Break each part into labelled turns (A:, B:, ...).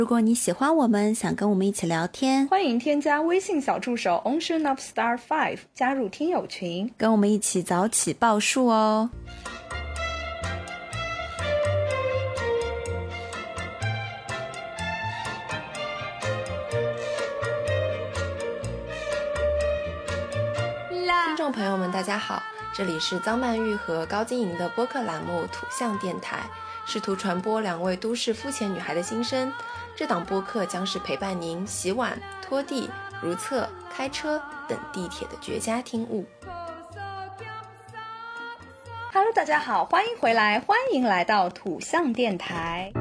A: 如果你喜欢我们，想跟我们一起聊天，
B: 欢迎添加微信小助手 Ocean of Star 5加入听友群，
A: 跟我们一起早起报数哦。
C: 听众朋友们大家好，这里是张曼玉和高晶莹的播客栏目土象电台，试图传播两位都市肤浅女孩的心声。这档播客将是陪伴您洗碗、拖地、如厕、开车等地铁的绝佳听物。
B: Hello， 大家好，欢迎回来，欢迎来到土象电台。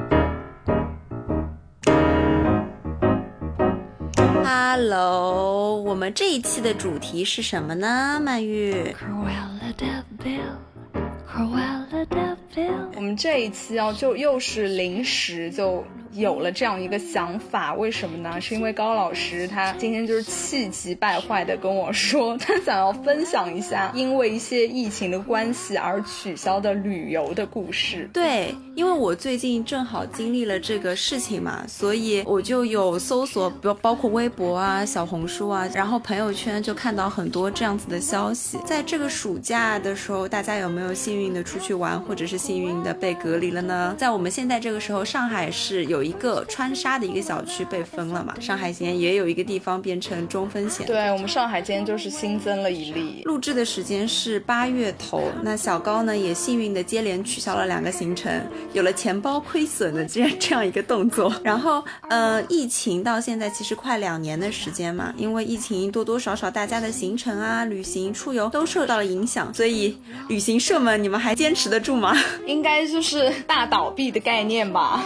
A: Hello， 我们这一期的主题是什么呢？曼玉。
B: 我们这一期就又是临时就有了这样一个想法，为什么呢？是因为高老师他今天就是气急败坏的跟我说，他想要分享一下因为一些疫情的关系而取消的旅游的故事。
A: 对，因为我最近正好经历了这个事情嘛，所以我就有搜索包括微博啊、小红书啊，然后朋友圈就看到很多这样子的消息。在这个暑假的时候，大家有没有幸运的出去玩，或者是幸运的被隔离了呢？在我们现在这个时候，上海是有一个川沙的一个小区被封了嘛，上海今天也有一个地方变成中风险。
B: 对，我们上海今天就是新增了一例。
A: 录制的时间是8月头，那小高呢也幸运的接连取消了2个行程，有了钱包亏损的这样一个动作。然后疫情到现在其实快2年的时间嘛，因为疫情多多少少大家的行程啊、旅行、出游都受到了影响，所以旅行社们你们还坚持得住吗？
B: 应该就是大倒闭的概念吧。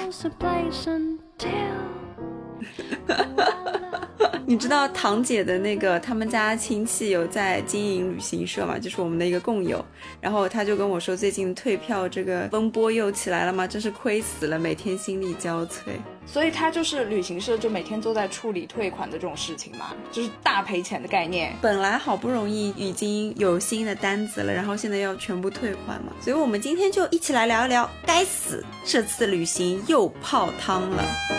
A: 你知道堂姐的那个他们家亲戚有在经营旅行社嘛，就是我们的一个共友，然后他就跟我说最近退票这个风波又起来了嘛，真是亏死了，每天心力交瘁。
B: 所以他就是旅行社就每天都在处理退款的这种事情嘛，就是大赔钱的概念。
A: 本来好不容易已经有新的单子了，然后现在要全部退款嘛，所以我们今天就一起来聊一聊，该死，这次旅行又泡汤了。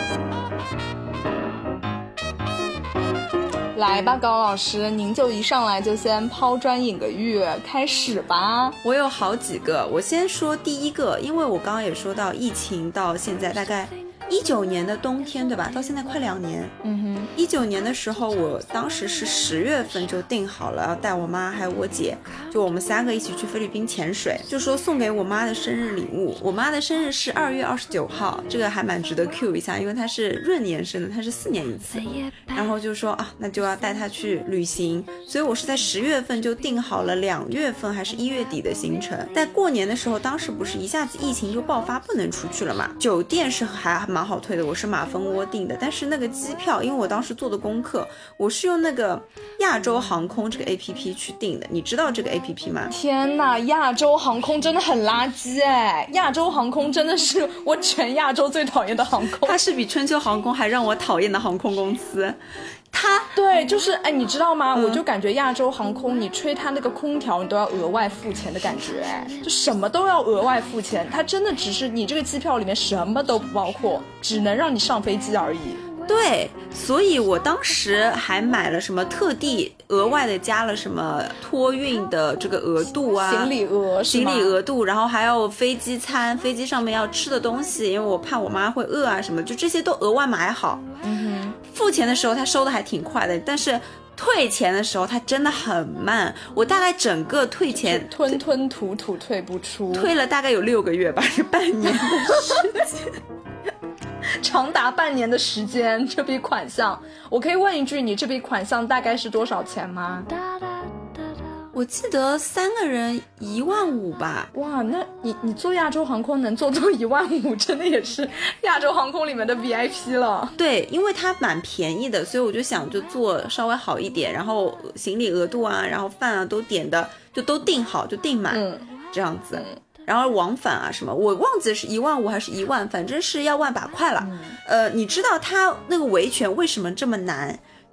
B: 来吧，高老师，您就一上来就先抛砖引个玉，开始吧。
A: 我有好几个，我先说第一个，因为我刚刚也说到疫情到现在大概19年的冬天，对吧？到现在快2年。19年的时候，我当时是10月份就定好了，要带我妈还有我姐，就我们3个一起去菲律宾潜水，就说送给我妈的生日礼物。我妈的生日是2月29号，这个还蛮值得 Q 一下，因为她是闰年生的，她是4年一次。然后就说啊，那就要带她去旅行，所以我是在10月份就定好了2月份还是1月底的行程。在过年的时候，当时不是一下子疫情就爆发，不能出去了嘛，酒店是还蛮好退的，我是马蜂窝订的，但是那个机票，因为我当时做的功课，我是用那个亚洲航空这个 APP 去订的，你知道这个 APP 吗？
B: 天哪，亚洲航空真的很垃圾哎！亚洲航空真的是我全亚洲最讨厌的航空，
A: 它是比春秋航空还让我讨厌的航空公司。
B: 对，就是哎，你知道吗？我就感觉亚洲航空，你吹它那个空调，你都要额外付钱的感觉，哎，就什么都要额外付钱。它真的只是你这个机票里面什么都不包括，只能让你上飞机而已。
A: 对，所以我当时还买了什么特地额外的加了什么托运的这个额度啊，
B: 行李额
A: 度，然后还有飞机餐，飞机上面要吃的东西，因为我怕我妈会饿啊什么，就这些都额外买好。付钱的时候他收的还挺快的，但是退钱的时候他真的很慢，我大概整个退钱
B: 吞吞吐吐退不出，
A: 退了大概有6个月吧，是半年的时间
B: 长达半年的时间，这笔款项，我可以问一句，你这笔款项大概是多少钱吗？
A: 我记得3个人15000吧。
B: 哇，那你坐亚洲航空能坐15000，真的也是亚洲航空里面的 VIP 了。
A: 对，因为它蛮便宜的，所以我就想就坐稍微好一点，然后行李额度啊，然后饭啊都点的就都订好，就订满，这样子。然后往返啊什么，我忘记是15000还是1万，反正是要万把块了。你知道它那个维权为什么这么难？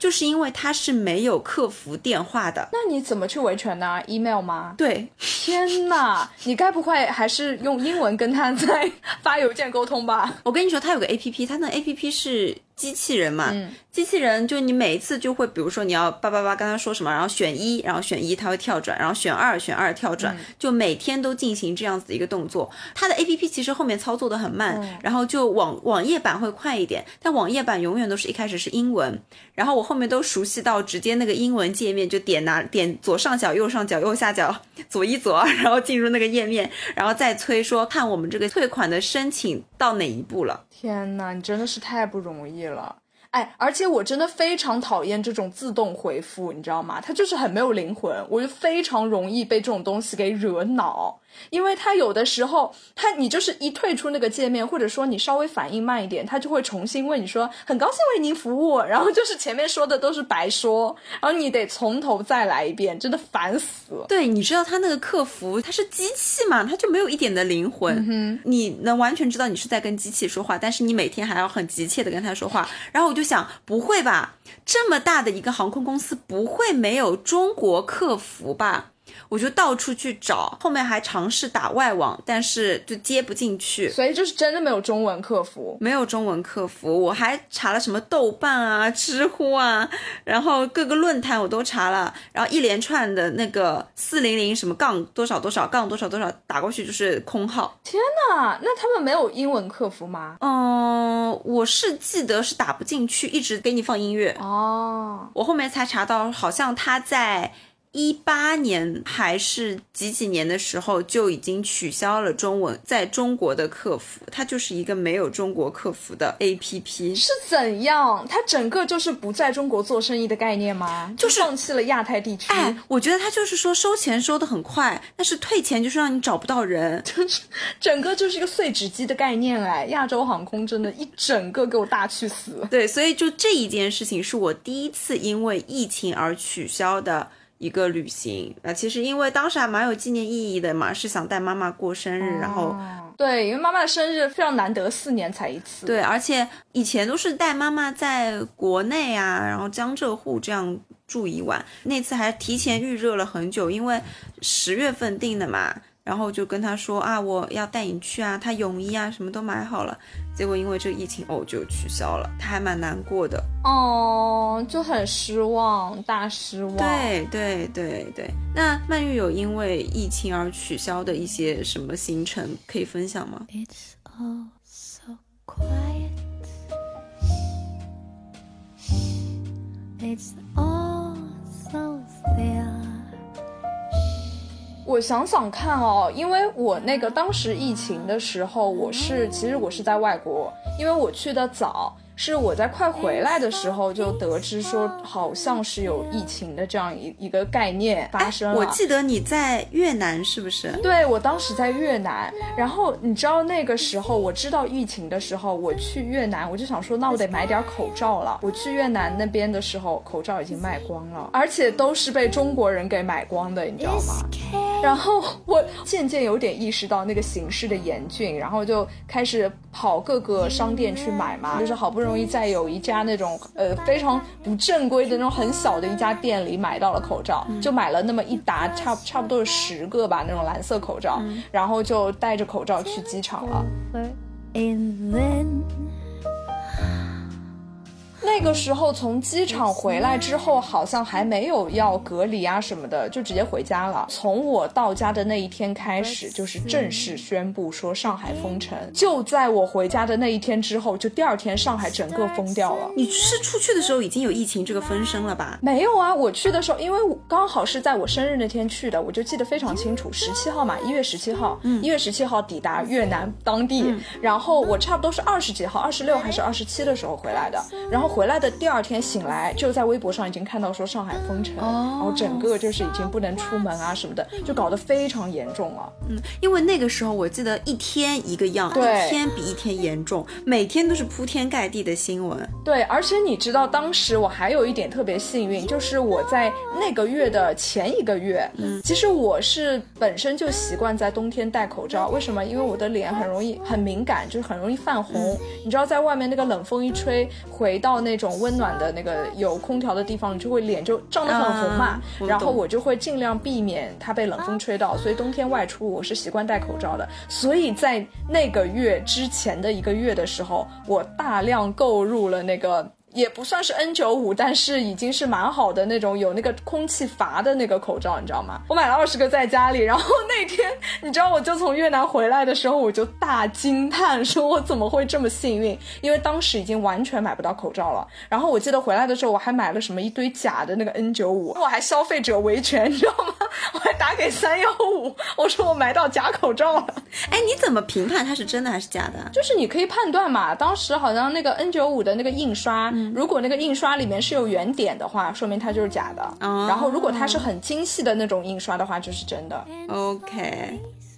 A: 就是因为它是没有客服电话的。
B: 那你怎么去维权呢？ email 吗？
A: 对。
B: 天哪，你该不会还是用英文跟他在发邮件沟通吧？
A: 我跟你说，它有个 APP， 它那 APP 是机器人嘛，机器人就你每一次就会，比如说你要叭叭叭跟他说什么，然后选1，然后选1它会跳转，然后选2跳转，就每天都进行这样子的一个动作。它的 APP 其实后面操作的很慢，然后就网页版会快一点，但网页版永远都是一开始是英文，然后我后面都熟悉到直接那个英文界面就点左上角右上角右下角左一左二，然后进入那个页面，然后再催说看我们这个退款的申请到哪一步了。
B: 天哪，你真的是太不容易了。哎，而且我真的非常讨厌这种自动回复，你知道吗？它就是很没有灵魂，我就非常容易被这种东西给惹恼。因为它有的时候你就是一退出那个界面，或者说你稍微反应慢一点，它就会重新问你说很高兴为您服务，然后就是前面说的都是白说，然后你得从头再来一遍，真的烦死了。
A: 对，你知道它那个客服它是机器嘛，它就没有一点的灵魂，你能完全知道你是在跟机器说话，但是你每天还要很急切的跟他说话。然后我就想，不会吧，这么大的一个航空公司不会没有中国客服吧？我就到处去找，后面还尝试打外网，但是就接不进去，
B: 所以就是真的没有中文客服，
A: 没有中文客服。我还查了什么豆瓣啊、知乎啊，然后各个论坛我都查了，然后一连串的那个400什么杠多少多少杠多少多少打过去就是空号。
B: 天哪，那他们没有英文客服吗？
A: 我是记得是打不进去，一直给你放音乐。我后面才查到，好像他在18年还是几年的时候就已经取消了中文在中国的客服，它就是一个没有中国客服的 APP。
B: 是怎样？它整个就是不在中国做生意的概念吗？就是放弃了亚太地区。
A: 我觉得它就是说收钱收得很快，但是退钱就是让你找不到人，
B: 整个就是一个碎纸机的概念。亚洲航空真的一整个给我大去死。
A: 对，所以就这一件事情是我第一次因为疫情而取消的一个旅行。其实因为当时还蛮有纪念意义的嘛，是想带妈妈过生日，然后
B: 对，因为妈妈的生日非常难得，4年才一次。
A: 对，而且以前都是带妈妈在国内啊，然后江浙沪这样住一晚，那次还提前预热了很久，因为10月份订的嘛，然后就跟他说啊，我要带你去啊，他泳衣啊什么都买好了，结果因为这个疫情就取消了，他还蛮难过的。
B: 就很失望，大失望。
A: 对对对对。那曼玉有因为疫情而取消的一些什么行程可以分享吗？
D: It's all so quiet. It's all so still.
B: 我想想看因为我那个当时疫情的时候，其实我是在外国，因为我去的早，是我在快回来的时候就得知说好像是有疫情的这样一个概念发生了。
A: 我记得你在越南是不是？
B: 对，我当时在越南，然后你知道那个时候我知道疫情的时候，我去越南我就想说那我得买点口罩了。我去越南那边的时候口罩已经卖光了，而且都是被中国人给买光的，你知道吗？然后我渐渐有点意识到那个形势的严峻，然后就开始跑各个商店去买嘛，就是好不容易在有一家那种非常不正规的那种很小的一家店里买到了口罩，就买了那么一沓差不多有10个吧那种蓝色口罩，然后就带着口罩去机场了。那个时候从机场回来之后好像还没有要隔离啊什么的，就直接回家了。从我到家的那一天开始就是正式宣布说上海封城，就在我回家的那一天之后，就第2天上海整个封掉了。
A: 你是出去的时候已经有疫情这个风声了吧？
B: 没有啊，我去的时候因为刚好是在我生日那天去的，我就记得非常清楚，17号嘛，1月17号1月17号抵达越南当地，然后我差不多是20几号26还是27的时候回来的，然后回来的第2天醒来就在微博上已经看到说上海封城，然后整个就是已经不能出门啊什么的，就搞得非常严重了。
A: 因为那个时候我记得一天一个样，一天比一天严重，每天都是铺天盖地的新闻。
B: 对，而且你知道当时我还有一点特别幸运，就是我在那个月的前1个月，其实我是本身就习惯在冬天戴口罩。为什么？因为我的脸很敏感，就是很容易泛红。你知道在外面那个冷风一吹，回到那那种温暖的那个有空调的地方，你就会脸就涨得很红嘛，然后我就会尽量避免它被冷风吹到，所以冬天外出我是习惯戴口罩的。所以在那个月之前的1个月的时候，我大量购入了那个也不算是 N95， 但是已经是蛮好的那种有那个空气阀的那个口罩，你知道吗？我买了20个在家里，然后那天你知道我就从越南回来的时候，我就大惊叹说我怎么会这么幸运，因为当时已经完全买不到口罩了。然后我记得回来的时候我还买了什么一堆假的那个 N95， 我还消费者维权你知道吗？我还打给315，我说我买到假口罩了。
A: 哎，你怎么评判它是真的还是假的？
B: 就是你可以判断嘛，当时好像那个 N95 的那个印刷，如果那个印刷里面是有圆点的话，说明它就是假的。然后如果它是很精细的那种印刷的话，就是真的。
A: OK，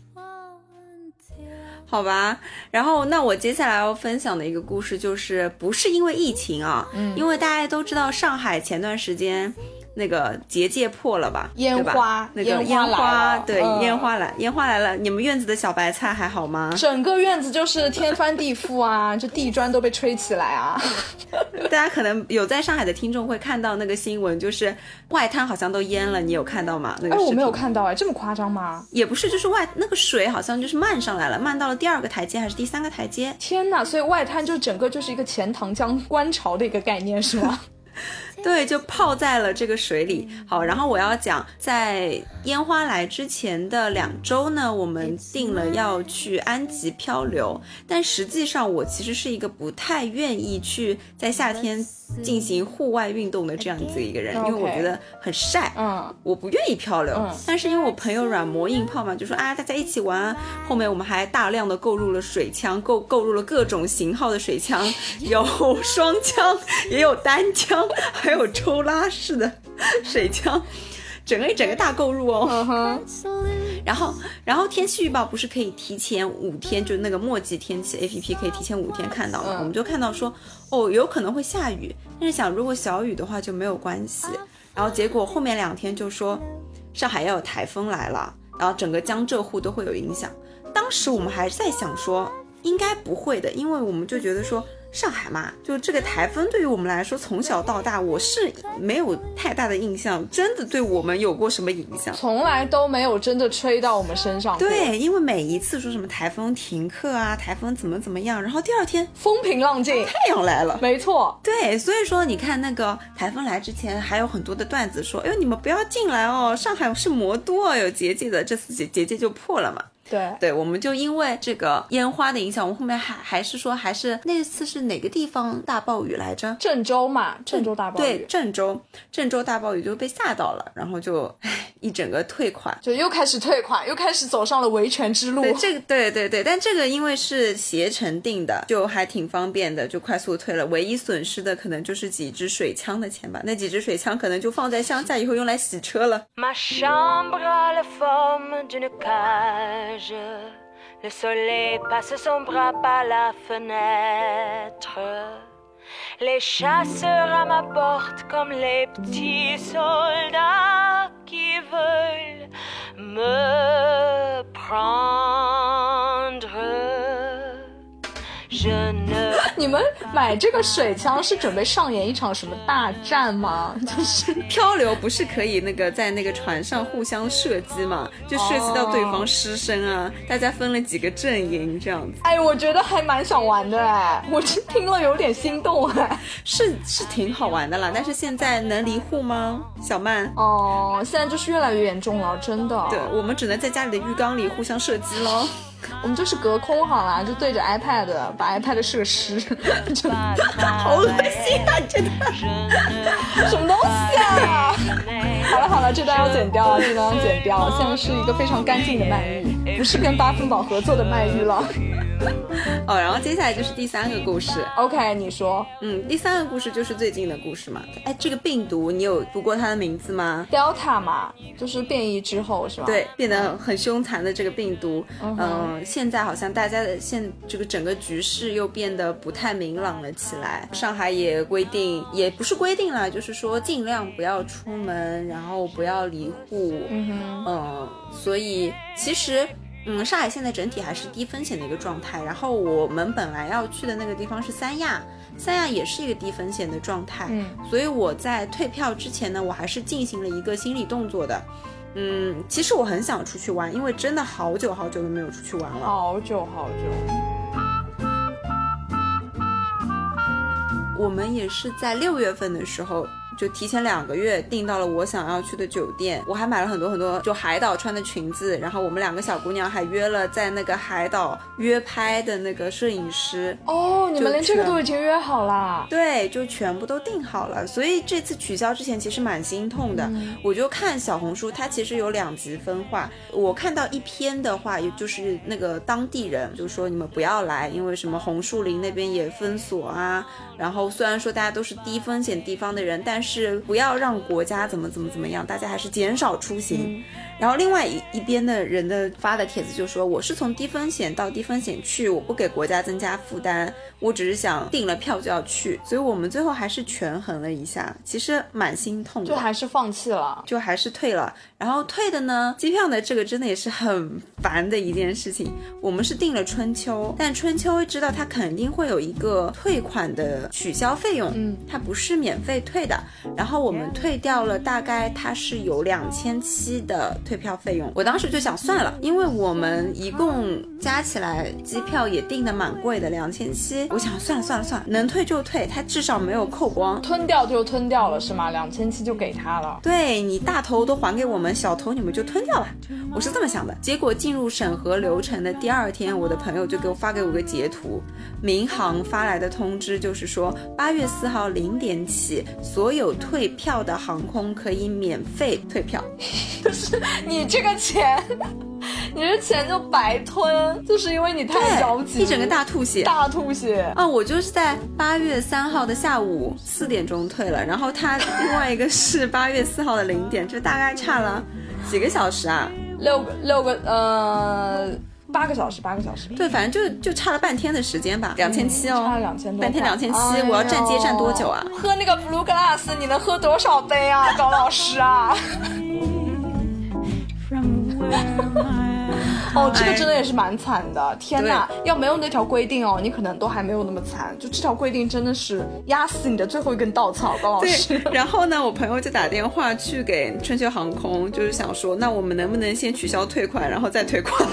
A: 好吧。然后那我接下来要分享的一个故事就是不是因为疫情啊，因为大家都知道上海前段时间那个结界破了吧，
B: 烟花，
A: 那个烟花，对，烟花来了。你们院子的小白菜还好吗？
B: 整个院子就是天翻地覆啊，这地砖都被吹起来啊。
A: 大家可能有在上海的听众会看到那个新闻，就是外滩好像都淹了，你有看到吗？那个视频
B: 我没有看到这么夸张吗？
A: 也不是，就是那个水好像就是漫上来了，漫到了第2个台阶还是第3个台阶。
B: 天哪，所以外滩就整个就是一个钱塘江观潮的一个概念是吗？
A: 对，就泡在了这个水里。好，然后我要讲，在烟花来之前的2周呢，我们定了要去安吉漂流，但实际上我其实是一个不太愿意去在夏天进行户外运动的这样子一个人，因为我觉得很晒，我不愿意漂流。但是因为我朋友软磨硬泡嘛，就说大家一起玩。后面我们还大量的购入了水枪，购入了各种型号的水枪，有双枪，也有单枪，还有抽拉式的水枪，整个大购入哦。然后天气预报不是可以提前5天，就那个墨迹天气 APP 可以提前5天看到吗？我们就看到说有可能会下雨，但是想如果小雨的话就没有关系。然后结果后面2天就说上海要有台风来了，然后整个江浙沪都会有影响。当时我们还在想说应该不会的，因为我们就觉得说上海嘛，就这个台风对于我们来说从小到大我是没有太大的印象，真的对我们有过什么影响，
B: 从来都没有真的吹到我们身上过。
A: 对，因为每一次说什么台风停课啊，台风怎么样，然后第2天
B: 风平浪静，
A: 太阳来了。
B: 没错，
A: 对，所以说你看那个台风来之前还有很多的段子说你们不要进来哦，上海是魔都有结界的，这次结界就破了嘛。对，我们就因为这个烟花的影响，我们后面还是那次是哪个地方大暴雨来着？
B: 郑州嘛，郑州大暴雨。
A: 对，郑州大暴雨就被吓到了，然后就一整个退款，
B: 就又开始退款，又开始走上了维权之路。
A: 对，但这个因为是携程订的，就还挺方便的，就快速退了。唯一损失的可能就是几支水枪的钱吧，那几支水枪可能就放在乡下以后用来洗车了。
E: Le soleil passe son bras par la fenêtre. Les chasseurs à ma porte comme les petits soldats qui veulent me prendre. Je ne
B: 你们买这个水枪是准备上演一场什么大战吗？就是
A: 漂流不是可以那个在那个船上互相射击嘛，就射击到对方失身啊，大家分了几个阵营这样子。
B: 我觉得还蛮想玩的我听了有点心动
A: 是挺好玩的啦，但是现在能离户吗，小曼？
B: 现在就是越来越严重了，真的。
A: 对，我们只能在家里的浴缸里互相射击咯。
B: 我们就是隔空好啦，就对着 iPad 把 iPad 射湿，就
A: 好恶心啊！真的，
B: 什么东西啊！好了，这段要剪掉了，现在是一个非常干净的曼玉，不是跟八分饱合作的曼玉了。
A: 然后接下来就是第3个故事。
B: OK， 你说。
A: 第3个故事就是最近的故事嘛。这个病毒你有读过它的名字吗？
B: Delta 嘛，就是变异之后是吧？
A: 对，变得很凶残的这个病毒。现在好像大家的这个整个局势又变得不太明朗了起来。上海也规定，也不是规定啦，就是说尽量不要出门，然后不要离户。所以其实上海现在整体还是低风险的一个状态，然后我们本来要去的那个地方是三亚也是一个低风险的状态，所以我在退票之前呢，我还是进行了一个心理动作的。其实我很想出去玩，因为真的好久好久都没有出去玩了，
B: 好久好久。
A: 我们也是在6月份的时候就提前2个月订到了我想要去的酒店，我还买了很多就海岛穿的裙子，然后我们2个小姑娘还约了在那个海岛约拍的那个摄影师。
B: 哦，你们连这个都已经约好了？
A: 对，就全部都订好了。所以这次取消之前其实蛮心痛的。我就看小红书，它其实有2极分化，我看到一篇的话，也就是那个当地人就说你们不要来，因为什么红树林那边也封锁啊，然后虽然说大家都是低风险地方的人，但是不要让国家怎么样，大家还是减少出行。然后另外一边的人的发的帖子就说，我是从低风险到低风险去，我不给国家增加负担，我只是想订了票就要去。所以我们最后还是权衡了一下，其实蛮心痛的，
B: 就还是放弃了，
A: 就还是退了。然后退的呢，机票呢这个真的也是很烦的一件事情。我们是订了春秋，但春秋知道它肯定会有一个退款的取消费用，它不是免费退的。然后我们退掉了，大概它是有2700的退票费用。我当时就想算了，因为我们一共加起来机票也订的蛮贵的，2700，我想算了，能退就退，它至少没有扣光，
B: 吞掉就吞掉了是吗？2700就给他了。
A: 对，你大头都还给我们，小头你们就吞掉了，我是这么想的。结果进入审核流程的第2天，我的朋友就发给我个截图，民航发来的通知就是说8月4号0点起，所有退票的航空可以免费退票。
B: 就是你这个钱，你这钱就白吞，就是因为你太着急，
A: 一整个大吐血啊！我就是在8月3号的下午4点钟退了，然后他另外一个是8月4号的0点，这大概差了几个小时啊
B: ？8个小时。
A: 对，反正就差了半天的时间吧，2700哦，
B: 差了2000多，
A: 半天2700，我要站街站多久啊？
B: 喝那个 Blue Glass 你能喝多少杯啊，高老师啊？哦，这个真的也是蛮惨的，天哪！要没有那条规定哦，你可能都还没有那么惨。就这条规定真的是压死你的最后一根稻草，高老师。
A: 对，然后呢，我朋友就打电话去给春秋航空，就是想说，那我们能不能先取消退款，然后再退款？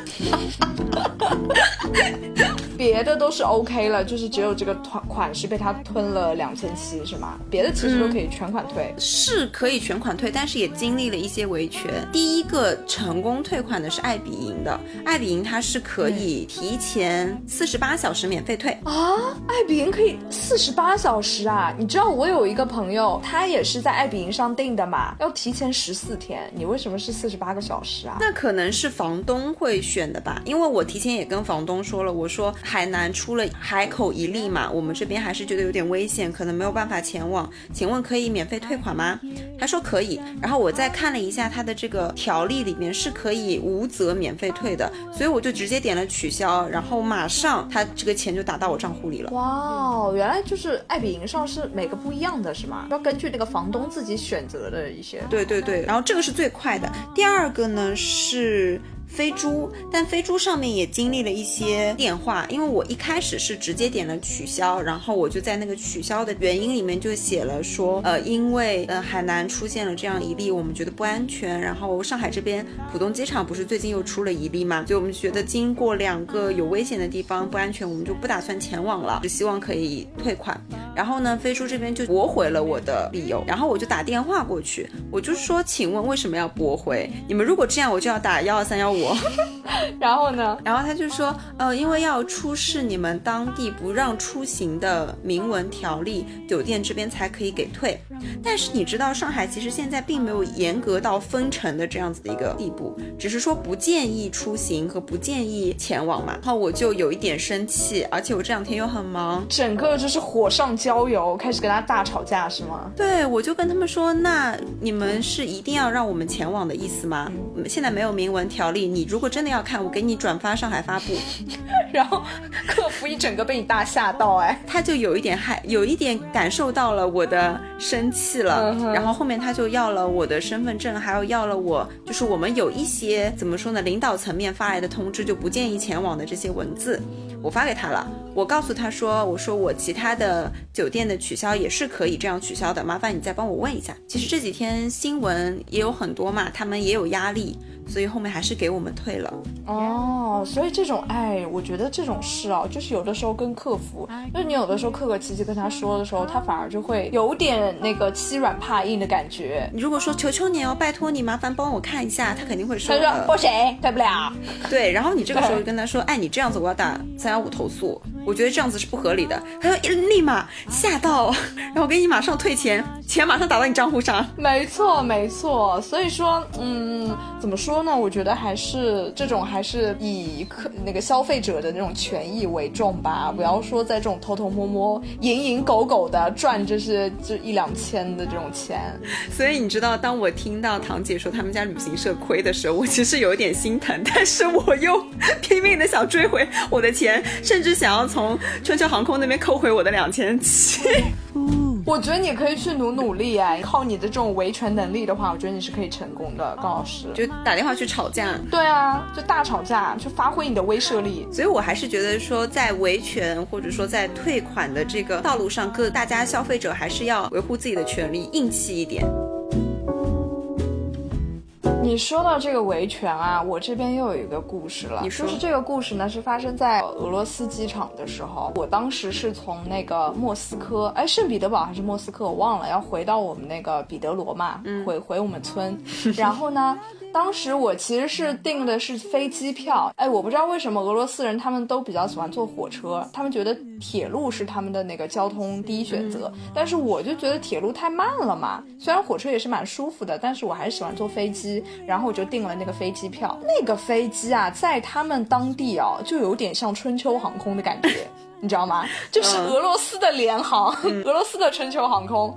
B: 别的都是 OK 了，就是只有这个款是被他吞了2700是吗？别的其实都可以全款退，
A: 是可以全款退，但是也经历了一些维权。第一个成功退款的是爱彼迎的，爱彼迎它是可以提前48小时免费退
B: 啊！爱彼迎可以48小时啊！你知道我有一个朋友，他也是在爱彼迎上订的嘛，要提前14天，你为什么是48个小时啊？
A: 那可能是房东会选的吧，因为我提前也跟房东说了，我说海南出了海口一例嘛，我们这边还是觉得有点危险，可能没有办法前往，请问可以免费退款吗？他说可以，然后我再看了一下他的这个条例里面是可以无责免费退的，所以我就直接点了取消，然后马上他这个钱就打到我账户里了。
B: 哇，原来就是爱彼迎上是每个不一样的是吗？要根据那个房东自己选择的一些。
A: 对对对，然后这个是最快的。第二个呢是飞猪，但飞猪上面也经历了一些变化，因为我一开始是直接点了取消，然后我就在那个取消的原因里面就写了说因为海南出现了这样一例，我们觉得不安全，然后上海这边浦东机场不是最近又出了一例嘛，所以我们觉得经过2个有危险的地方不安全，我们就不打算前往了，只希望可以退款。然后呢，飞猪这边就驳回了我的理由，然后我就打电话过去，我就说请问为什么要驳回？你们如果这样我就要打12315。
B: 然后呢？
A: 然后他就说因为要出示你们当地不让出行的明文条例，酒店这边才可以给退。但是你知道上海其实现在并没有严格到封城的这样子的一个地步，只是说不建议出行和不建议前往嘛。然后我就有一点生气，而且我这2天又很忙，
B: 整个就是火上郊游，开始跟他大吵架是吗？
A: 对，我就跟他们说，那你们是一定要让我们前往的意思吗？现在没有明文条例，你如果真的要看，我给你转发上海发布。
B: 然后客服一整个被你大吓到，
A: 他就有一点感受到了我的生气了，然后后面他就要了我的身份证，还有要了我就是我们有一些怎么说呢，领导层面发来的通知，就不建议前往的这些文字，我发给他了。我告诉他说，我说我其他的酒店的取消也是可以这样取消的，麻烦你再帮我问一下。其实这几天新闻也有很多嘛，他们也有压力，所以后面还是给我们退了。
B: 所以这种我觉得这种事啊，就是有的时候跟客服，就是你有的时候客客气气跟他说的时候，他反而就会有点那个欺软怕硬的感觉。
A: 你如果说求求你哦，拜托你麻烦帮我看一下，他肯定会说，
B: 他说不行，对不了。
A: 对，然后你这个时候就跟他说，你这样子我要打315投诉，我觉得这样子是不合理的。他说立马吓到，然后给你马上退钱马上打到你账户上。
B: 没错，所以说怎么说呢，我觉得还是这种还是以那个消费者的那种权益为重吧，不要说在这种偷偷摸摸蝇营狗苟的赚这1-2千的这种钱。
A: 所以你知道，当我听到堂姐说他们家旅行社亏的时候，我其实有一点心疼，但是我又拼命的想追回我的钱，甚至想要从春秋航空那边扣回我的2700。
B: 我觉得你可以去努力靠你的这种维权能力的话，我觉得你是可以成功的，高老师。
A: 就打电话去吵架。
B: 对啊，就大吵架，去发挥你的威慑力。
A: 所以我还是觉得说，在维权或者说在退款的这个道路上，大家消费者还是要维护自己的权利，硬气一点。
B: 你说到这个维权啊，我这边又有一个故事了。
A: 你说，
B: 就是这个故事呢是发生在俄罗斯机场的时候，我当时是从那个莫斯科，圣彼得堡还是莫斯科我忘了，要回到我们那个彼得罗嘛，回我们村。然后呢，当时我其实是订的是飞机票，我不知道为什么俄罗斯人他们都比较喜欢坐火车，他们觉得铁路是他们的那个交通第一选择，但是我就觉得铁路太慢了嘛，虽然火车也是蛮舒服的，但是我还是喜欢坐飞机，然后我就订了那个飞机票。那个飞机啊，在他们当地啊，就有点像春秋航空的感觉。你知道吗？就是俄罗斯的联航，俄罗斯的春秋航空。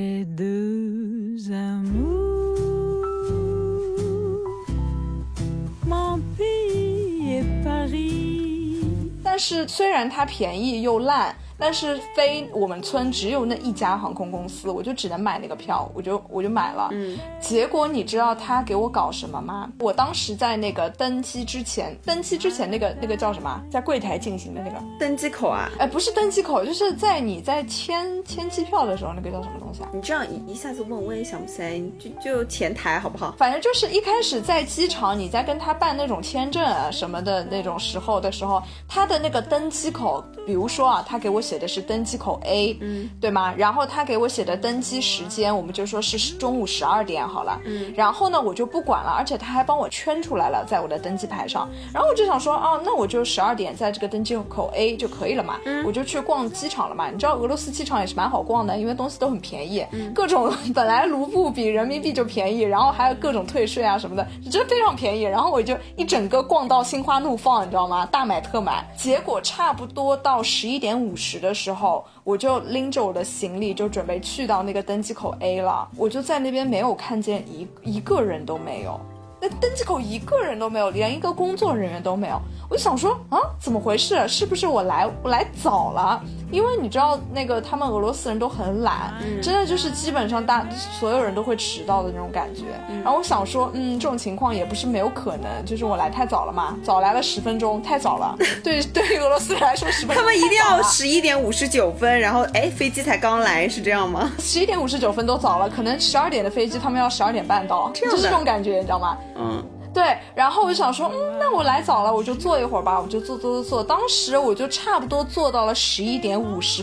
B: 但是虽然它便宜又烂，但是飞我们村只有那一家航空公司，我就只能买那个票，我就买了。结果你知道他给我搞什么吗？我当时在那个登机之前那个叫什么，在柜台进行的那个
A: 登机口啊？
B: 不是登机口，就是在你在签机票的时候，那个叫什么东西啊？
A: 你这样一下子问我也想不起来，就前台好不好？
B: 反正就是一开始在机场，你在跟他办那种签证啊什么的那种时候，他的那个登机口，比如说啊，他给我写的是登机口 A，对吗？然后他给我写的登机时间，我们就说是中午12点好了。然后呢，我就不管了，而且他还帮我圈出来了，在我的登机牌上。然后我就想说，那我就12点在这个登机口 A 就可以了嘛。我就去逛机场了嘛。你知道俄罗斯机场也是蛮好逛的，因为东西都很便宜，各种本来卢布比人民币就便宜，然后还有各种退税啊什么的，真的非常便宜。然后我就一整个逛到心花怒放，你知道吗？大买特买。结果差不多到11点50的时候，我就拎着我的行李就准备去到那个登机口 A 了。我就在那边没有看见一个人都没有，那登机口一个人都没有，连一个工作人员都没有。我就想说怎么回事？是不是我来早了？因为你知道那个他们俄罗斯人都很懒，真的就是基本上所有人都会迟到的那种感觉。然后我想说这种情况也不是没有可能，就是我来太早了嘛，早来了10分钟，太早了。对于俄罗斯人来说10分钟
A: 他们一定要11点59分，然后飞机才刚来，是这样吗
B: ？11点59分都早了，可能12点的飞机他们要12点半到，就是这种感觉，你知道吗？对，然后我就想说那我来早了，我就坐一会儿吧，我就坐，当时我就差不多坐到了11点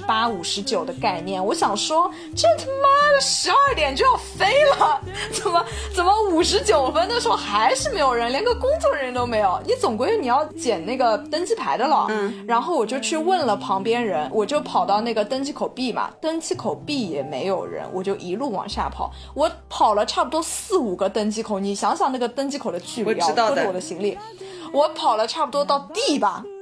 B: 58、59的概念。我想说这他妈的12点就要飞了，怎么59分的时候还是没有人，连个工作人员都没有？你总归你要捡那个登机牌的了。然后我就去问了旁边人，我就跑到那个登机口 B 嘛，登机口 B 也没有人，我就一路往下跑，我跑了差不多4-5个登机口，你想想那个登机口的距离，
A: 我知道的，
B: 拖着我的行李，我跑了差不多到 D 吧，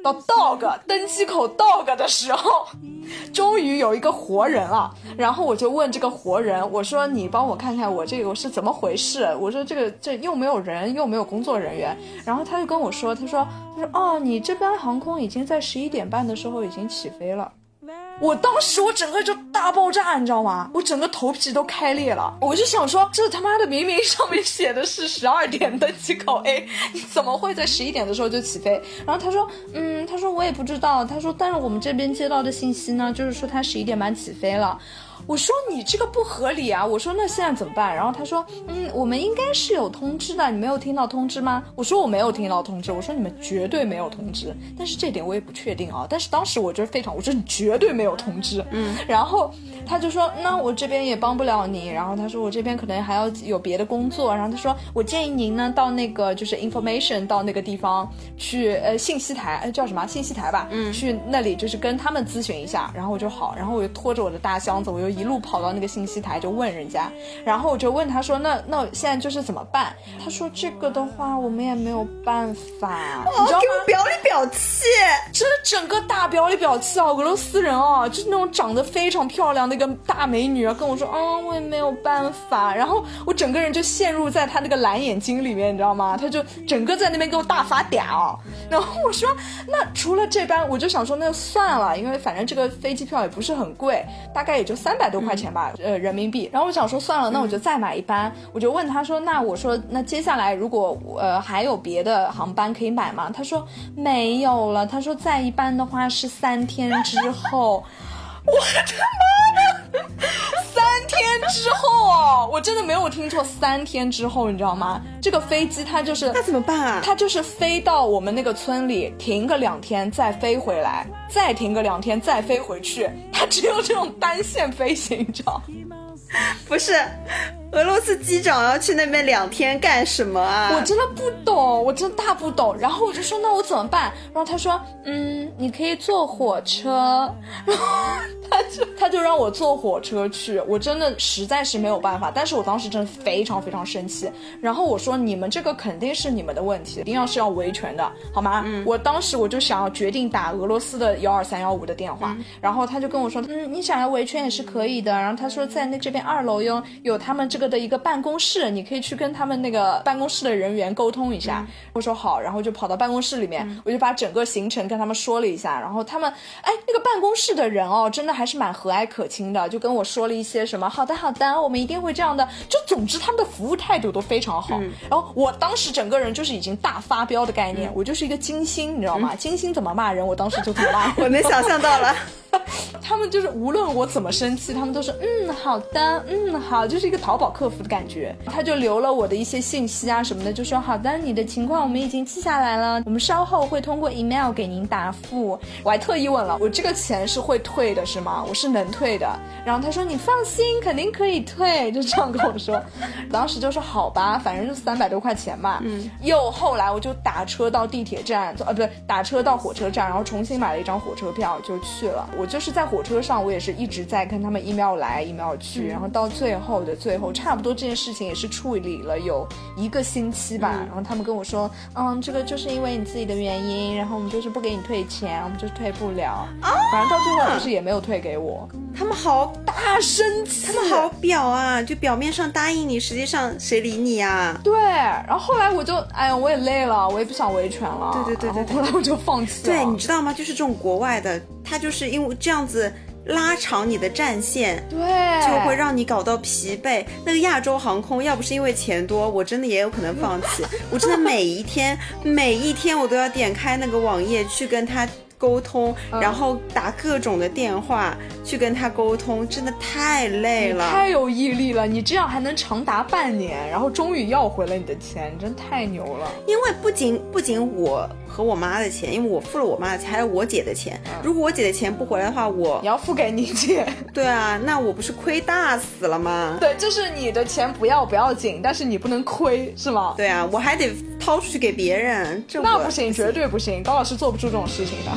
B: 到 dog 登机口 dog 的时候，终于有一个活人了。然后我就问这个活人，我说你帮我看看我这个是怎么回事，我说这又没有人又没有工作人员。然后他就跟我说，他说哦，你这班航空已经在11点半的时候已经起飞了。我当时我整个就大爆炸，你知道吗？我整个头皮都开裂了。我就想说，这他妈的明明上面写的是12点登机口 A， 你怎么会在11点的时候就起飞？然后他说他说我也不知道，他说但是我们这边接到的信息呢，就是说他11点半起飞了。我说你这个不合理啊，我说那现在怎么办？然后他说我们应该是有通知的，你没有听到通知吗？我说我没有听到通知，我说你们绝对没有通知，但是这点我也不确定啊。但是当时我觉得我说你绝对没有通知。然后他就说那我这边也帮不了你，然后他说我这边可能还要有别的工作，然后他说我建议您呢到那个就是 information 到那个地方去信息台叫什么信息台吧，去那里就是跟他们咨询一下。然后我就好，然后我就拖着我的大箱子，我就一路跑到那个信息台就问人家，然后我就问他说那现在就是怎么办？他说这个的话我们也没有办法。你知道吗？
A: 给我表里表气，
B: 真的整个大表里表气啊！俄罗斯人啊，就是那种长得非常漂亮的一个大美女啊，跟我说我也没有办法。然后我整个人就陷入在他那个蓝眼睛里面，你知道吗？他就整个在那边给我大发嗲。然后我说那除了这班，我就想说那就算了，因为反正这个飞机票也不是很贵，大概也就300多块钱吧，人民币。然后我想说算了，那我就再买一班。我就问他说那我说那接下来如果还有别的航班可以买吗？他说没有了，他说再一班的话是3天之后。我的妈的！3天之后哦，我真的没有听错，3天之后，你知道吗？这个飞机它就是
A: 那怎么办啊？
B: 它就是飞到我们那个村里，停个2天再飞回来，再停个2天再飞回去，它只有这种单线飞行，你知道？
A: 不是，俄罗斯机长要去那边2天干什么啊？
B: 我真的不懂，我真的大不懂。然后我就说那我怎么办？然后他说你可以坐火车。然后他就让我坐火车去，我真的实在是没有办法。但是我当时真的非常非常生气。然后我说你们这个肯定是你们的问题，一定要维权的好吗？我当时我就想要决定打俄罗斯的12315的电话。然后他就跟我说你想要维权也是可以的。然后他说在这边2楼有他们这个的一个办公室，你可以去跟他们那个办公室的人员沟通一下。我说好，然后就跑到办公室里面，我就把整个行程跟他们说了一下。然后他们那个办公室的人真的还是蛮和蔼可亲的，就跟我说了一些什么好的我们一定会这样的，就总之他们的服务态度都非常好。然后我当时整个人就是已经大发飙的概念，我就是一个金星，你知道吗？金星怎么骂人我当时就怎么骂人。
A: 我能想象到了。
B: 他们就是无论我怎么生气，他们都是好的好，就是一个淘宝客服的感觉。他就留了我的一些信息啊什么的，就说好的，你的情况我们已经记下来了，我们稍后会通过 email 给您答复。我还特意问了，我这个钱是会退的是吗？我是能退的。然后他说你放心，肯定可以退，就这样跟我说。当时就说好吧，反正就300多块钱嘛。又后来我就打车到地铁站，不对，打车到火车站，然后重新买了一张火车票就去了。我就是在火车上，我也是一直在跟他们 email 来 email 去，然后到最后差不多这件事情也是处理了有1个星期吧。然后他们跟我说这个就是因为你自己的原因，然后我们就是不给你退钱，我们就是退不了。反正到最后就是也没有退给我。
A: 他们好
B: 大生气，
A: 他们好表啊，就表面上答应你，实际上谁理你啊？
B: 对，然后后来我就我也累了，我也不想维权了。
A: 对，
B: 后来我就放弃了。
A: 对，你知道吗？就是这种国外的，他就是因为这样子拉长你的战线，
B: 对，
A: 就会让你搞到疲惫。那个亚洲航空要不是因为钱多，我真的也有可能放弃。我真的每一天我都要点开那个网页去跟他沟通，然后打各种的电话去跟他沟通，真的太累了。
B: 你太有毅力了，你这样还能长达半年，然后终于要回了你的钱，真太牛了。
A: 因为不仅我和我妈的钱，因为我付了我妈的钱，还有我姐的钱。如果我姐的钱不回来的话，
B: 你要付给你姐。
A: 对啊，那我不是亏大死了吗？
B: 对，就是你的钱不要紧，但是你不能亏，是吗？
A: 对啊，我还得掏出去给别人，
B: 那不行，绝对不行，高老师做不出这种事情的。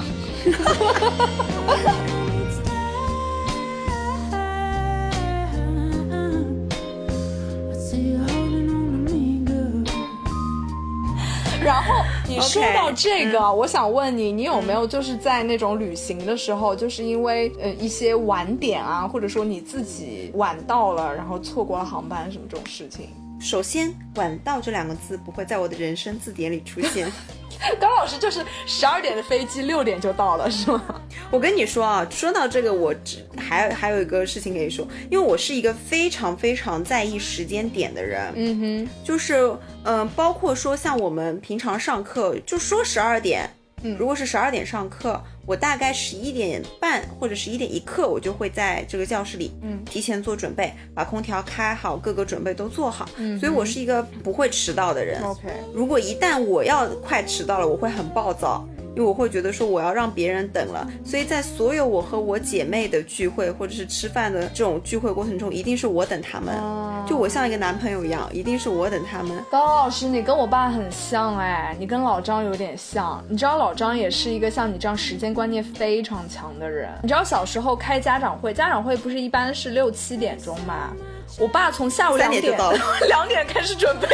B: 然然后你说到这个，我想问你，你有没有就是在那种旅行的时候，就是因为一些晚点啊，或者说你自己晚到了，然后错过了航班什么这种事情？
A: 首先，晚到这2个字不会在我的人生字典里出现。
B: 高老师就是12点的飞机，6点就到了，是吗？
A: 我跟你说啊，说到这个，我还有一个事情可以说，因为我是一个非常非常在意时间点的人。就是包括说像我们平常上课，就说12点，如果是12点上课，我大概11点半或者11点一刻，我就会在这个教室里提前做准备，把空调开好，各个准备都做好。所以我是一个不会迟到的人。如果一旦我要快迟到了，我会很暴躁，因为我会觉得说我要让别人等了。所以在所有我和我姐妹的聚会或者是吃饭的这种聚会过程中，一定是我等他们。就我像一个男朋友一样，一定是我等他们。
B: 高老师，你跟我爸很像哎，你跟老张有点像。你知道老张也是一个像你这样时间观念非常强的人。你知道小时候开家长会不是一般是6、7点钟嘛？我爸从下午2点
A: 就到了
B: 2点开始准备。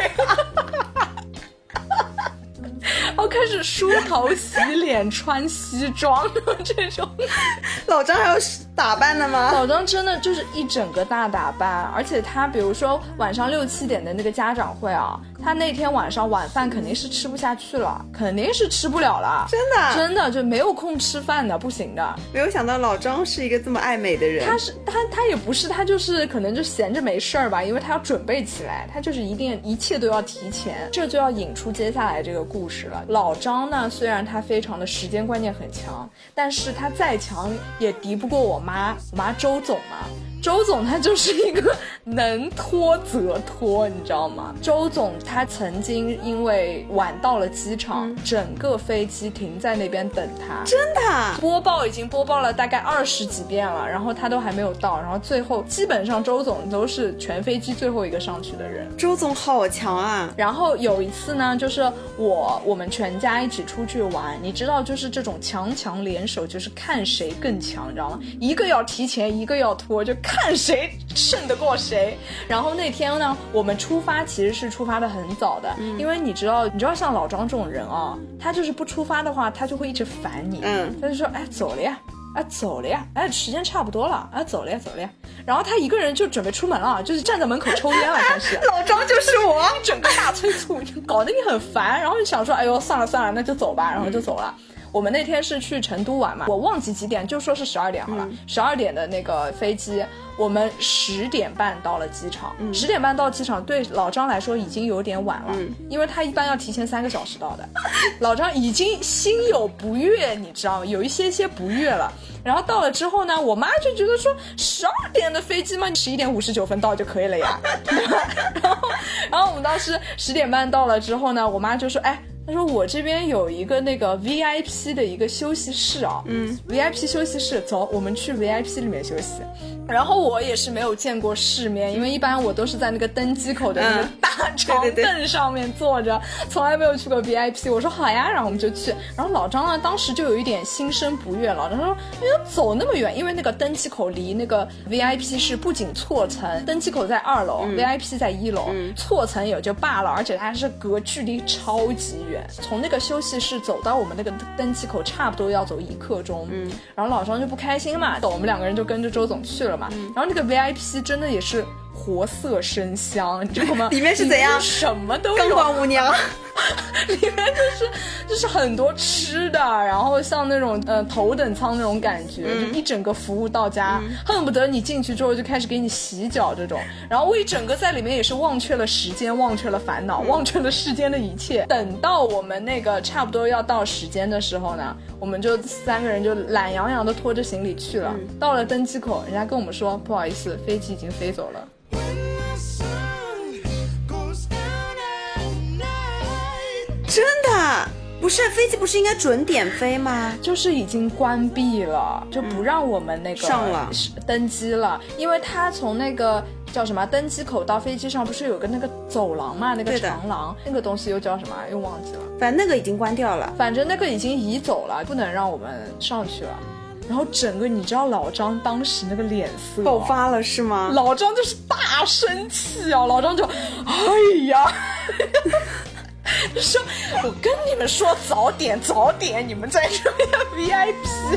B: 然后开始梳头洗脸穿西装这种。
A: 老张还要打扮的吗？
B: 老张真的就是一整个大打扮，而且他比如说晚上6、7点的那个家长会啊，他那天晚上晚饭肯定是吃不下去了，肯定是吃不了了，真的就没有空吃饭的，不行的。
A: 没有想到老张是一个这么爱美的人。
B: 他也不是，他就是可能就闲着没事儿吧，因为他要准备起来，他就是一切都要提前。这就要引出接下来这个故事了。老张呢，虽然他非常的时间观念很强，但是他再强也敌不过我妈周总嘛。周总他就是一个能拖则拖，你知道吗？周总他曾经因为晚到了机场，整个飞机停在那边等他。
A: 真的？
B: 播报已经播报了大概20几遍了，然后他都还没有到，然后最后基本上周总都是全飞机最后一个上去的人。
A: 周总好强啊！
B: 然后有一次呢，就是我们全家一起出去玩，你知道就是这种强强联手，就是看谁更强，你知道吗？一个要提前，一个要拖，就看谁胜得过谁。然后那天呢，我们出发其实是出发的很早的，因为你知道像老张这种人啊，他就是不出发的话，他就会一直烦你，他就说哎走了呀，哎走了呀，哎时间差不多了，哎走了呀走了呀，然后他一个人就准备出门了，就是站在门口抽烟了开始。
A: 老张就是我，
B: 整个大催促，搞得你很烦，然后你想说哎呦算了算了，那就走吧，然后就走了。我们那天是去成都玩嘛，我忘记几点，就说是12点好了，12点的那个飞机，我们10点半到了机场，10点半到机场对老张来说已经有点晚了，因为他一般要提前3个小时到的。老张已经心有不悦，你知道吗？有一些不悦了。然后到了之后呢，我妈就觉得说12点的飞机嘛，11点59分到就可以了呀。然后我们当时10点半到了之后呢，我妈就说哎，他说我这边有一个那个 VIP 的一个休息室啊，VIP 休息室，走，我们去 VIP 里面休息。然后我也是没有见过世面，因为一般我都是在那个登机口的那个大长凳上面坐着，从来没有去过 VIP。我说好呀，然后我们就去。然后老张呢，当时就有一点心生不悦，老张说你要走那么远，因为那个登机口离那个 VIP 室不仅错层，登机口在2楼，VIP 在1楼，错层也就罢了，而且它是隔距离超级远，从那个休息室走到我们那个登机口差不多要走1刻钟。然后老张就不开心嘛，我们2个人就跟着周总去了嘛。然后那个 VIP 真的也是活色生香，你知道吗？
A: 里面是怎样？
B: 什么都有，
A: 钢管舞娘。
B: 里面就是很多吃的，然后像那种头等舱那种感觉，就一整个服务到家，恨不得你进去之后就开始给你洗脚这种。然后我一整个在里面也是忘却了时间，忘却了烦恼，忘却了世间的一切。等到我们那个差不多要到时间的时候呢，我们就3个人就懒洋洋的拖着行李去了。到了登机口，人家跟我们说不好意思，飞机已经飞走了。
A: 真的？不是，飞机不是应该准点飞吗？
B: 就是已经关闭了，就不让我们那个
A: 上了
B: 登机了，因为他从那个叫什么登机口到飞机上不是有个那个走廊嘛，那个长廊，那个东西又叫什么又忘记了，
A: 反正那个已经关掉了，
B: 反正那个已经移走了，不能让我们上去了。然后整个你知道老张当时那个脸色
A: 爆发了是吗？
B: 老张就是大生气啊，老张就哎呀就说我跟你们说早点，你们在这边 VIP。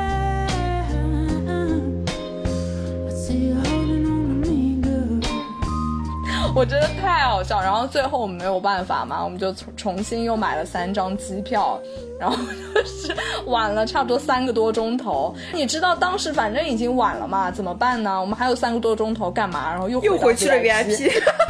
B: 我觉得太好笑，然后最后我们没有办法嘛，我们就重新又买了3张机票，然后就是晚了差不多3个多钟头。你知道当时反正已经晚了嘛，怎么办呢？我们还有3个多钟头干嘛？然后又
A: 回去了 VIP。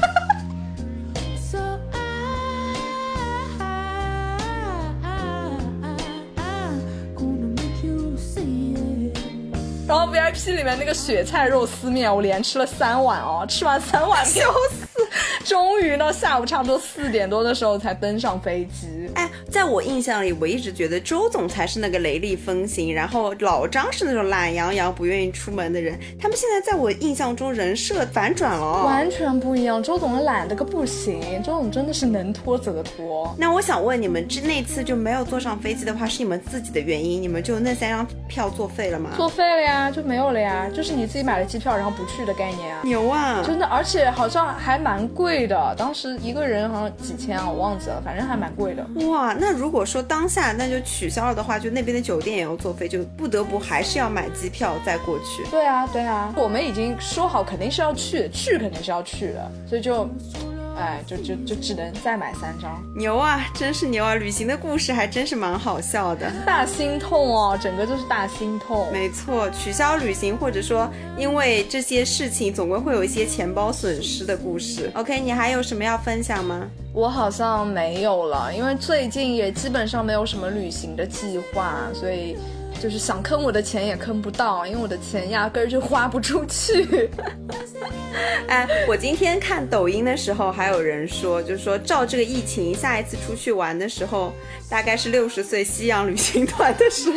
B: 然后 VIP 里面那个雪菜肉丝面我连吃了3碗哦，吃完3碗笑死，终于到下午差不多4点多的时候才登上飞机。
A: 哎，在我印象里我一直觉得周总才是那个雷厉风行，然后老张是那种懒洋洋不愿意出门的人，他们现在在我印象中人设反转了，
B: 完全不一样。周总懒得个不行，周总真的是能拖则拖。
A: 那我想问你们，那次就没有坐上飞机的话是你们自己的原因，你们就那3张票作废了吗？
B: 作废了呀，就没有了呀，就是你自己买了机票然后不去的概念啊。
A: 牛啊，
B: 真的，而且好像还蛮贵的，当时一个人好像几千啊，我忘记了，反正还蛮贵的。
A: 哇，那如果说当下那就取消了的话，就那边的酒店也要作废，就不得不还是要买机票再过去。
B: 对啊对啊，我们已经说好肯定是要去肯定是要去的，所以就就只能再买3张。
A: 牛啊，真是牛啊，旅行的故事还真是蛮好笑的，
B: 大心痛哦，整个就是大心痛。
A: 没错，取消旅行或者说因为这些事情总归会有一些钱包损失的故事。 OK， 你还有什么要分享吗？
B: 我好像没有了，因为最近也基本上没有什么旅行的计划，所以就是想坑我的钱也坑不到，因为我的钱压根儿就花不出去。
A: 哎，我今天看抖音的时候还有人说，就是说照这个疫情下一次出去玩的时候大概是60岁西洋旅行团的时候。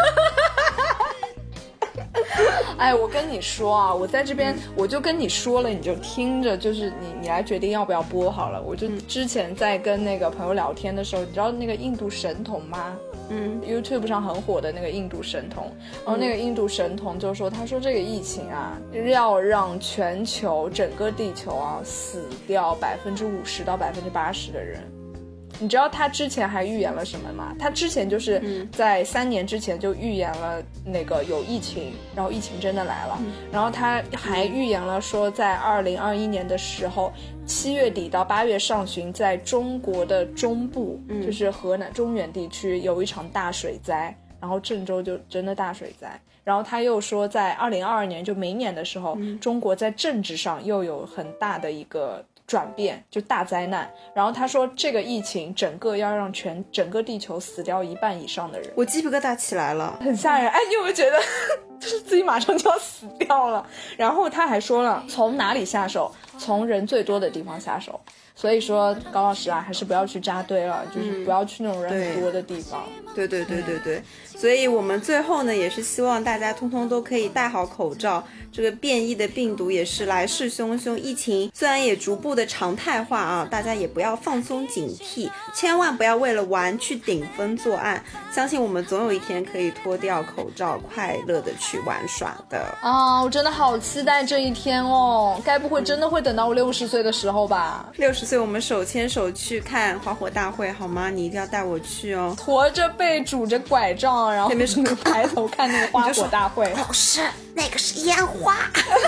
B: 哎，我跟你说啊，我在这边我就跟你说了，你就听着，就是你来决定要不要播好了。我就之前在跟那个朋友聊天的时候，你知道那个印度神童吗？YouTube 上很火的那个印度神童，然后那个印度神童就说，他说这个疫情啊，要让全球整个地球啊死掉50%到80%的人。你知道他之前还预言了什么吗？他之前就是在3年之前就预言了那个有疫情，然后疫情真的来了，然后他还预言了说在2021年的时候7月底到8月上旬在中国的中部，就是河南中原地区有一场大水灾，然后郑州就真的大水灾。然后他又说在2022年就明年的时候，中国在政治上又有很大的一个转变，就大灾难。然后他说这个疫情整个要让整个地球死掉1半以上的人。
A: 我鸡皮疙瘩起来了，
B: 很吓人。哎，你有没有觉得就是自己马上就要死掉了？然后他还说了从哪里下手，从人最多的地方下手。所以说高老师啊，还是不要去扎堆了，就是不要去那种人很多的地方。
A: 对，所以我们最后呢也是希望大家通通都可以戴好口罩，这个变异的病毒也是来势汹汹，疫情虽然也逐步的常态化啊，大家也不要放松警惕，千万不要为了玩去顶风作案，相信我们总有一天可以脱掉口罩快乐的去玩耍的
B: 啊！我真的好期待这一天哦，该不会真的会等到我60岁的时候吧
A: ？60岁我们手牵手去看花火大会好吗？你一定要带我去哦，
B: 驼着背拄着拐杖，然后抬头看那个花火大会。
A: 老师，那个是烟花。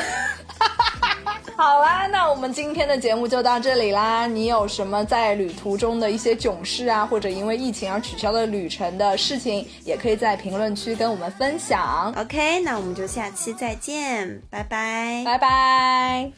B: 好啦，那我们今天的节目就到这里啦。你有什么在旅途中的一些囧事啊，或者因为疫情而取消的旅程的事情，也可以在评论区跟我们分享。
A: OK， 那我们就下期再见，拜拜
B: 拜拜。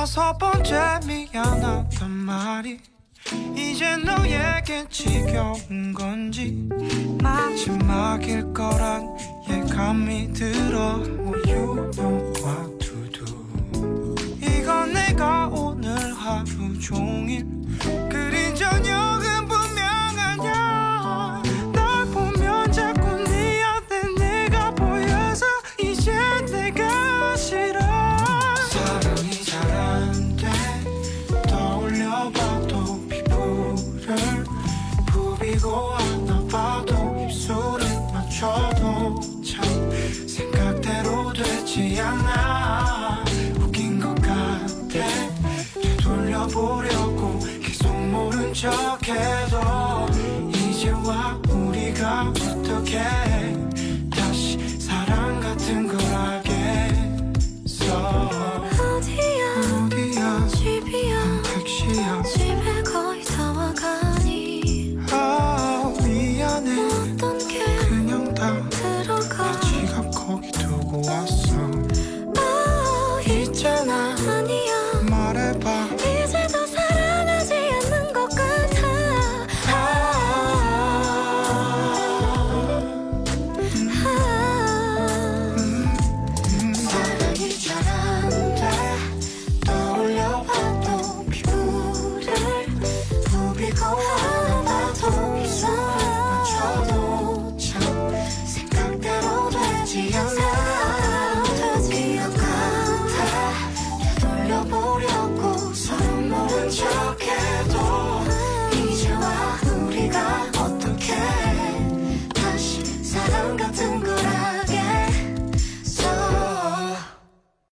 F: 이제 너에겐 지겨운 건지 마지막일 거란 예감이 들어 You know what to do 이건 내가 오늘 하루 종일 그린 저녁은 분명하냐 날 보면 자꾸 네 앞에 내가 보여서 이제 내가 싫어 사랑이 잘 안 돼 떠올려봐도 부비고 안아봐도 입술을 맞춰도 참 생각대로 되지 않아 웃긴 것 같아 되돌려보려고 계속 모른 척해 잊어보려